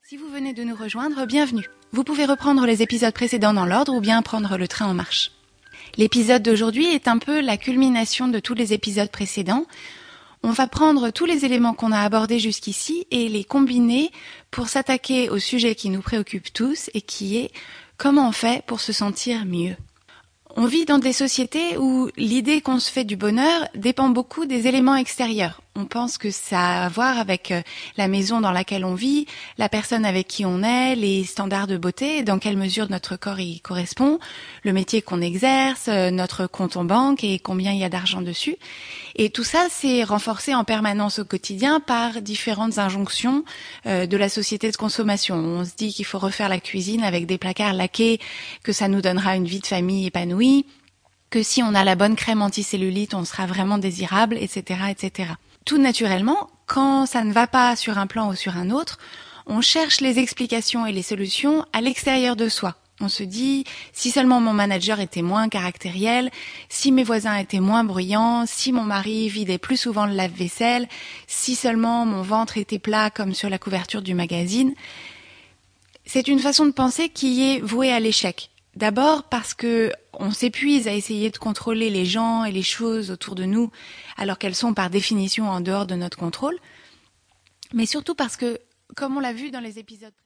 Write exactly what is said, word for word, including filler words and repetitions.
Si vous venez de nous rejoindre, bienvenue. Vous pouvez reprendre les épisodes précédents dans l'ordre ou bien prendre le train en marche. L'épisode d'aujourd'hui est un peu la culmination de tous les épisodes précédents. On va prendre tous les éléments qu'on a abordés jusqu'ici et les combiner pour s'attaquer au sujet qui nous préoccupe tous et qui est comment on fait pour se sentir mieux. On vit dans des sociétés où l'idée qu'on se fait du bonheur dépend beaucoup des éléments extérieurs. On pense que ça a à voir avec la maison dans laquelle on vit, la personne avec qui on est, les standards de beauté, dans quelle mesure notre corps y correspond, le métier qu'on exerce, notre compte en banque et combien il y a d'argent dessus. Et tout ça, c'est renforcé en permanence au quotidien par différentes injonctions euh, de la société de consommation. On se dit qu'il faut refaire la cuisine avec des placards laqués, que ça nous donnera une vie de famille épanouie, que si on a la bonne crème anticellulite, on sera vraiment désirable, et cetera, et cetera. Tout naturellement, quand ça ne va pas sur un plan ou sur un autre, on cherche les explications et les solutions à l'extérieur de soi. On se dit, si seulement mon manager était moins caractériel, si mes voisins étaient moins bruyants, si mon mari vidait plus souvent le lave-vaisselle, si seulement mon ventre était plat comme sur la couverture du magazine. C'est une façon de penser qui est vouée à l'échec. D'abord parce que on s'épuise à essayer de contrôler les gens et les choses autour de nous alors qu'elles sont par définition en dehors de notre contrôle. Mais surtout parce que, comme on l'a vu dans les épisodes